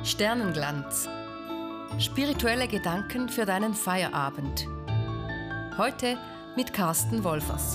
Sternenglanz. Spirituelle Gedanken für deinen Feierabend. Heute mit Carsten Wolfers.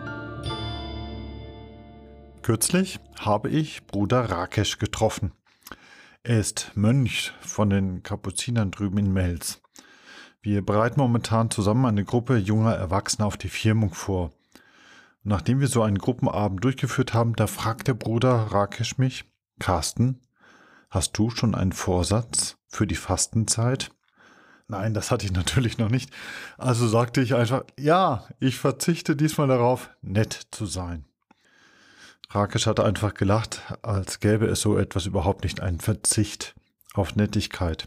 Kürzlich habe ich Bruder Rakesh getroffen. Er ist Mönch von den Kapuzinern drüben in Mels. Wir bereiten momentan zusammen eine Gruppe junger Erwachsener auf die Firmung vor. Und nachdem wir so einen Gruppenabend durchgeführt haben, da fragt der Bruder Rakesh mich: Carsten, hast du schon einen Vorsatz für die Fastenzeit? Nein, das hatte ich natürlich noch nicht. Also sagte ich einfach: Ja, ich verzichte diesmal darauf, nett zu sein. Rakesh hat einfach gelacht, als gäbe es so etwas überhaupt nicht, einen Verzicht auf Nettigkeit.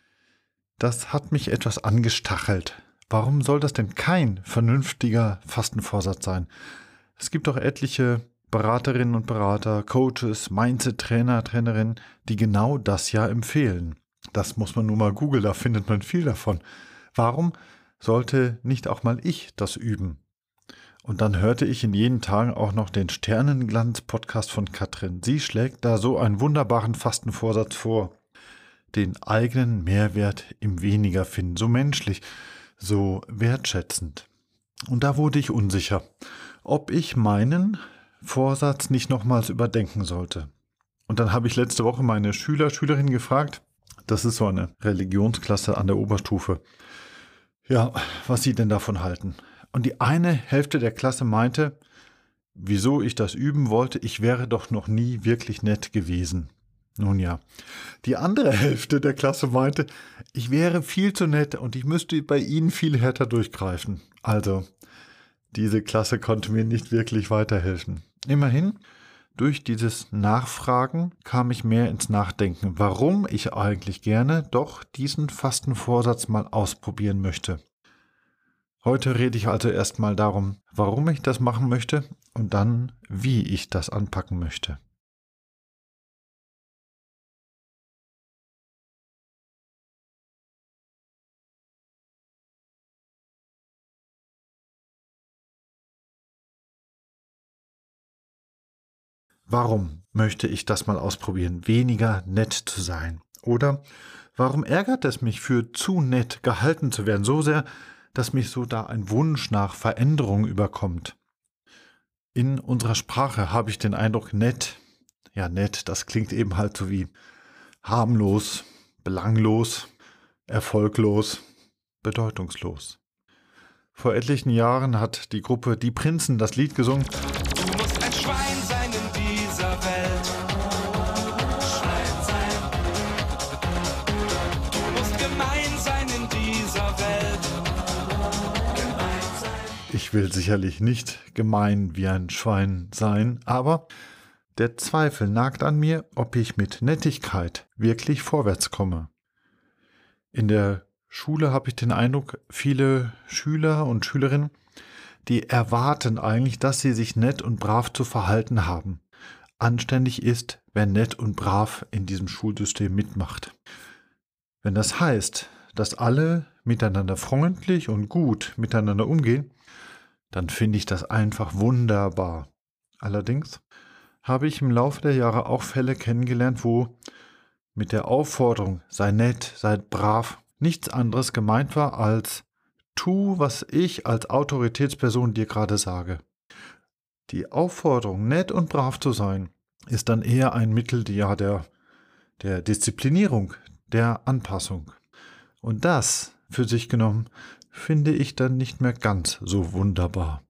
Das hat mich etwas angestachelt. Warum soll das denn kein vernünftiger Fastenvorsatz sein? Es gibt doch etliche Beraterinnen und Berater, Coaches, Mindset-Trainer, Trainerinnen, die genau das ja empfehlen. Das muss man nur mal googeln, da findet man viel davon. Warum sollte nicht auch mal ich das üben? Und dann hörte ich in jenen Tagen auch noch den Sternenglanz-Podcast von Katrin. Sie schlägt da so einen wunderbaren Fastenvorsatz vor. Den eigenen Mehrwert im Weniger finden, so menschlich, so wertschätzend. Und da wurde ich unsicher, ob ich meinen Vorsatz nicht nochmals überdenken sollte. Und dann habe ich letzte Woche meine Schülerin gefragt, das ist so eine Religionsklasse an der Oberstufe, ja, was sie denn davon halten. Und die eine Hälfte der Klasse meinte, wieso ich das üben wollte, ich wäre doch noch nie wirklich nett gewesen. Nun ja, die andere Hälfte der Klasse meinte, ich wäre viel zu nett und ich müsste bei ihnen viel härter durchgreifen. Also, diese Klasse konnte mir nicht wirklich weiterhelfen. Immerhin, durch dieses Nachfragen kam ich mehr ins Nachdenken, warum ich eigentlich gerne doch diesen Fastenvorsatz mal ausprobieren möchte. Heute rede ich also erstmal darum, warum ich das machen möchte und dann, wie ich das anpacken möchte. Warum möchte ich das mal ausprobieren, weniger nett zu sein? Oder warum ärgert es mich, für zu nett gehalten zu werden, so sehr, dass mich so da ein Wunsch nach Veränderung überkommt? In unserer Sprache habe ich den Eindruck, nett, das klingt eben halt so wie harmlos, belanglos, erfolglos, bedeutungslos. Vor etlichen Jahren hat die Gruppe Die Prinzen das Lied gesungen. Du musst ein Schwein sein in dieser Welt. Schwein sein. Du musst gemein sein in dieser Welt. Gemein sein. Ich will sicherlich nicht gemein wie ein Schwein sein, aber der Zweifel nagt an mir, ob ich mit Nettigkeit wirklich vorwärts komme. In der Schule habe ich den Eindruck, viele Schüler und Schülerinnen, die erwarten eigentlich, dass sie sich nett und brav zu verhalten haben. Anständig ist, wer nett und brav in diesem Schulsystem mitmacht. Wenn das heißt, dass alle miteinander freundlich und gut miteinander umgehen, dann finde ich das einfach wunderbar. Allerdings habe ich im Laufe der Jahre auch Fälle kennengelernt, wo mit der Aufforderung, sei nett, sei brav, nichts anderes gemeint war als tu, was ich als Autoritätsperson dir gerade sage. Die Aufforderung, nett und brav zu sein, ist dann eher ein Mittel der Disziplinierung, der Anpassung. Und das, für sich genommen, finde ich dann nicht mehr ganz so wunderbar.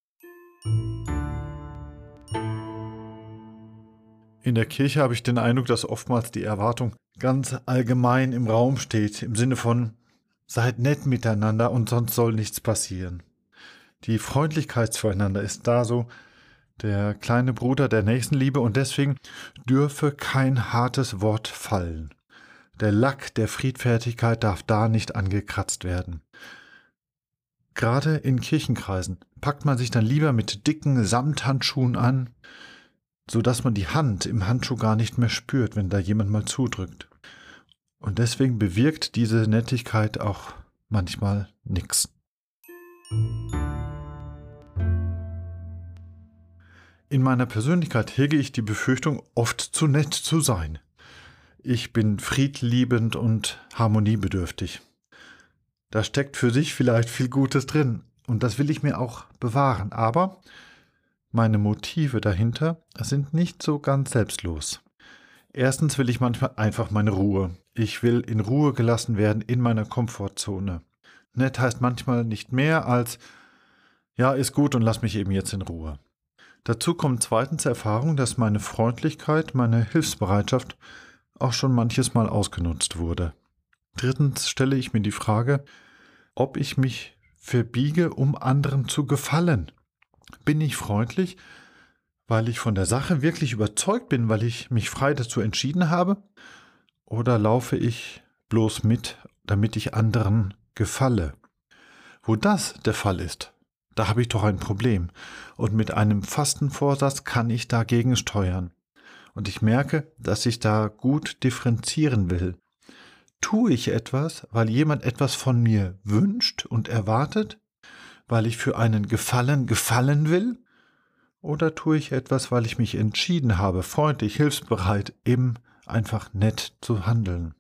In der Kirche habe ich den Eindruck, dass oftmals die Erwartung ganz allgemein im Raum steht, im Sinne von seid nett miteinander und sonst soll nichts passieren. Die Freundlichkeit zueinander ist da so der kleine Bruder der Nächstenliebe und deswegen dürfe kein hartes Wort fallen. Der Lack der Friedfertigkeit darf da nicht angekratzt werden. Gerade in Kirchenkreisen packt man sich dann lieber mit dicken Samthandschuhen an, sodass man die Hand im Handschuh gar nicht mehr spürt, wenn da jemand mal zudrückt. Und deswegen bewirkt diese Nettigkeit auch manchmal nichts. In meiner Persönlichkeit hege ich die Befürchtung, oft zu nett zu sein. ich bin friedliebend und harmoniebedürftig. Da steckt für sich vielleicht viel Gutes drin und das will ich mir auch bewahren, aber meine Motive dahinter sind nicht so ganz selbstlos. Erstens will ich manchmal einfach meine Ruhe. Ich will in Ruhe gelassen werden in meiner Komfortzone. Nett heißt manchmal nicht mehr als, ja, ist gut und lass mich eben jetzt in Ruhe. Dazu kommt zweitens Erfahrung, dass meine Freundlichkeit, meine Hilfsbereitschaft auch schon manches Mal ausgenutzt wurde. Drittens stelle ich mir die Frage, ob ich mich verbiege, um anderen zu gefallen. Bin ich freundlich, weil ich von der Sache wirklich überzeugt bin, weil ich mich frei dazu entschieden habe? Oder laufe ich bloß mit, damit ich anderen gefalle? Wo das der Fall ist, da habe ich doch ein Problem. Und mit einem Fastenvorsatz kann ich dagegen steuern. Und ich merke, dass ich da gut differenzieren will. Tue ich etwas, weil jemand etwas von mir wünscht und erwartet? Weil ich für einen gefallen will? Oder tue ich etwas, weil ich mich entschieden habe, freundlich, hilfsbereit, eben einfach nett zu handeln?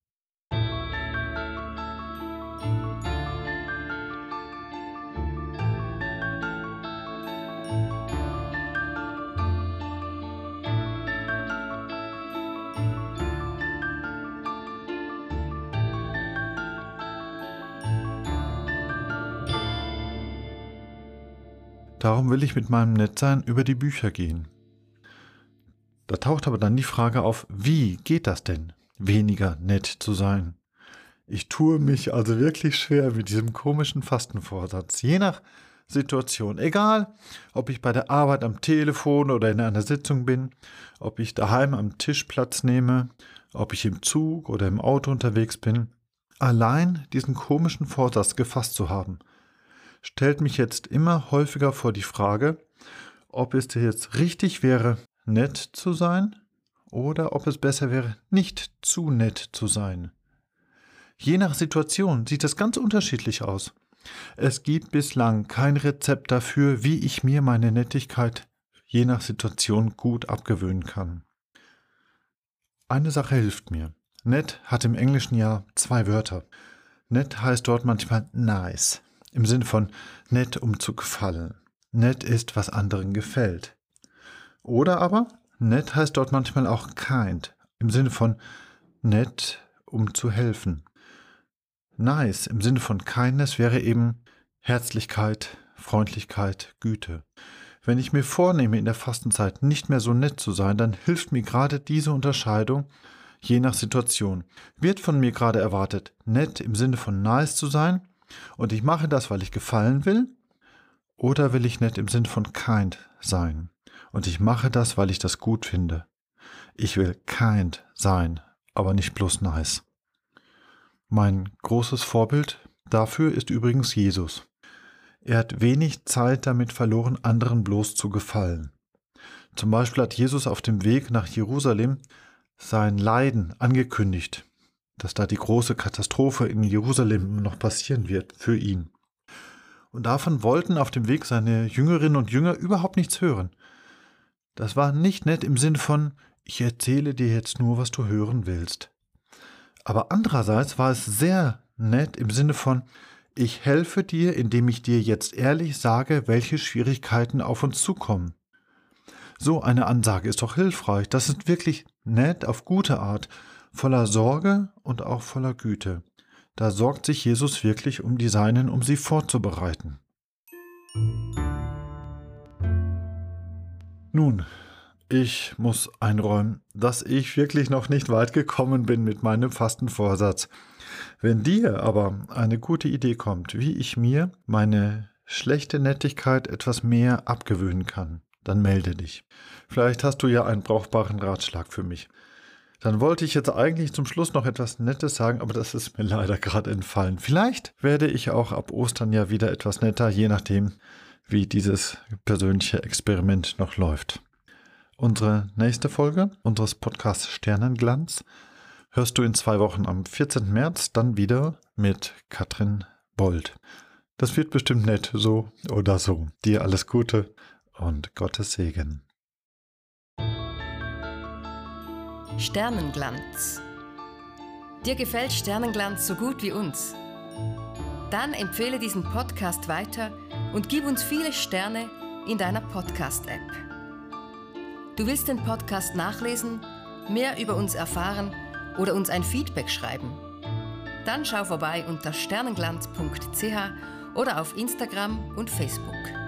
Darum will ich mit meinem Nettsein über die Bücher gehen. Da taucht aber dann die Frage auf, wie geht das denn, weniger nett zu sein? Ich tue mich also wirklich schwer mit diesem komischen Fastenvorsatz, je nach Situation. Egal, ob ich bei der Arbeit am Telefon oder in einer Sitzung bin, ob ich daheim am Tisch Platz nehme, ob ich im Zug oder im Auto unterwegs bin. Allein diesen komischen Vorsatz gefasst zu haben, stellt mich jetzt immer häufiger vor die Frage, ob es jetzt richtig wäre, nett zu sein oder ob es besser wäre, nicht zu nett zu sein. Je nach Situation sieht das ganz unterschiedlich aus. Es gibt bislang kein Rezept dafür, wie ich mir meine Nettigkeit je nach Situation gut abgewöhnen kann. Eine Sache hilft mir. Nett hat im Englischen ja 2 Wörter. Nett heißt dort manchmal nice. Im Sinne von nett, um zu gefallen. Nett ist, was anderen gefällt. Oder aber nett heißt dort manchmal auch kind. Im Sinne von nett, um zu helfen. Nice im Sinne von kindness wäre eben Herzlichkeit, Freundlichkeit, Güte. Wenn ich mir vornehme, in der Fastenzeit nicht mehr so nett zu sein, dann hilft mir gerade diese Unterscheidung, je nach Situation. Wird von mir gerade erwartet, nett im Sinne von nice zu sein, und ich mache das, weil ich gefallen will, oder will ich nett im Sinn von kind sein? Und ich mache das, weil ich das gut finde. Ich will kind sein, aber nicht bloß nice. Mein großes Vorbild dafür ist übrigens Jesus. Er hat wenig Zeit damit verloren, anderen bloß zu gefallen. Zum Beispiel hat Jesus auf dem Weg nach Jerusalem sein Leiden angekündigt, dass da die große Katastrophe in Jerusalem noch passieren wird für ihn. Und davon wollten auf dem Weg seine Jüngerinnen und Jünger überhaupt nichts hören. Das war nicht nett im Sinn von, ich erzähle dir jetzt nur, was du hören willst. Aber andererseits war es sehr nett im Sinne von, ich helfe dir, indem ich dir jetzt ehrlich sage, welche Schwierigkeiten auf uns zukommen. So eine Ansage ist doch hilfreich. Das ist wirklich nett auf gute Art, voller Sorge und auch voller Güte. Da sorgt sich Jesus wirklich um die Seinen, um sie vorzubereiten. Nun, ich muss einräumen, dass ich wirklich noch nicht weit gekommen bin mit meinem Fastenvorsatz. Wenn dir aber eine gute Idee kommt, wie ich mir meine schlechte Nettigkeit etwas mehr abgewöhnen kann, dann melde dich. Vielleicht hast du ja einen brauchbaren Ratschlag für mich. Dann wollte ich jetzt eigentlich zum Schluss noch etwas Nettes sagen, aber das ist mir leider gerade entfallen. Vielleicht werde ich auch ab Ostern ja wieder etwas netter, je nachdem, wie dieses persönliche Experiment noch läuft. Unsere nächste Folge unseres Podcasts Sternenglanz hörst du in 2 Wochen am 14. März dann wieder mit Katrin Bold. Das wird bestimmt nett, so oder so. Dir alles Gute und Gottes Segen. Sternenglanz. Dir gefällt Sternenglanz so gut wie uns? Dann empfehle diesen Podcast weiter und gib uns viele Sterne in deiner Podcast-App. Du willst den Podcast nachlesen, mehr über uns erfahren oder uns ein Feedback schreiben? Dann schau vorbei unter sternenglanz.ch oder auf Instagram und Facebook.